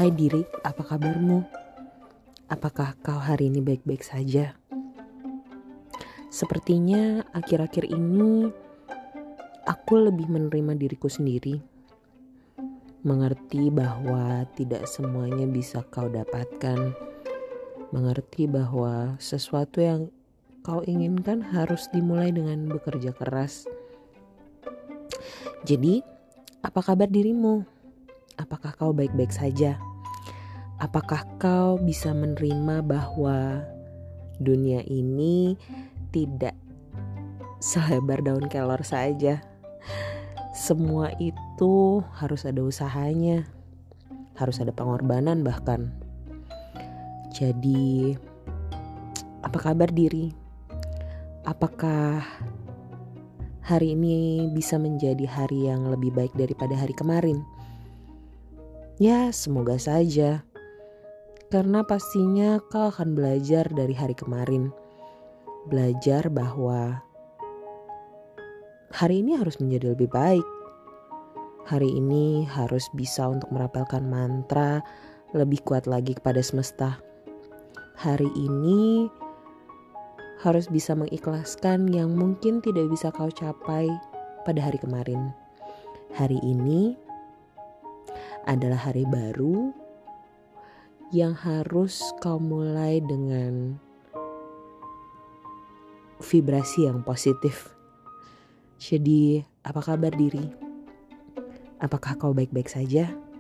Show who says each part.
Speaker 1: Hai diri, apa kabarmu? Apakah kau hari ini baik-baik saja? Sepertinya akhir-akhir ini aku lebih menerima diriku sendiri. Mengerti bahwa tidak semuanya bisa kau dapatkan. Mengerti bahwa sesuatu yang kau inginkan harus dimulai dengan bekerja keras. Jadi, apa kabar dirimu? Apakah kau baik-baik saja? Apakah kau bisa menerima bahwa dunia ini tidak selebar daun kelor saja? Semua itu harus ada usahanya, harus ada pengorbanan bahkan. Jadi, apa kabar diri? Apakah hari ini bisa menjadi hari yang lebih baik daripada hari kemarin? Ya, semoga saja. Karena pastinya kau akan belajar dari hari kemarin. Belajar bahwa hari ini harus menjadi lebih baik. Hari ini harus bisa untuk merapalkan mantra lebih kuat lagi kepada semesta. Hari ini harus bisa mengikhlaskan yang mungkin tidak bisa kau capai pada hari kemarin. Hari ini adalah hari baru yang harus kau mulai dengan vibrasi yang positif. Jadi, apa kabar diri? Apakah kau baik-baik saja?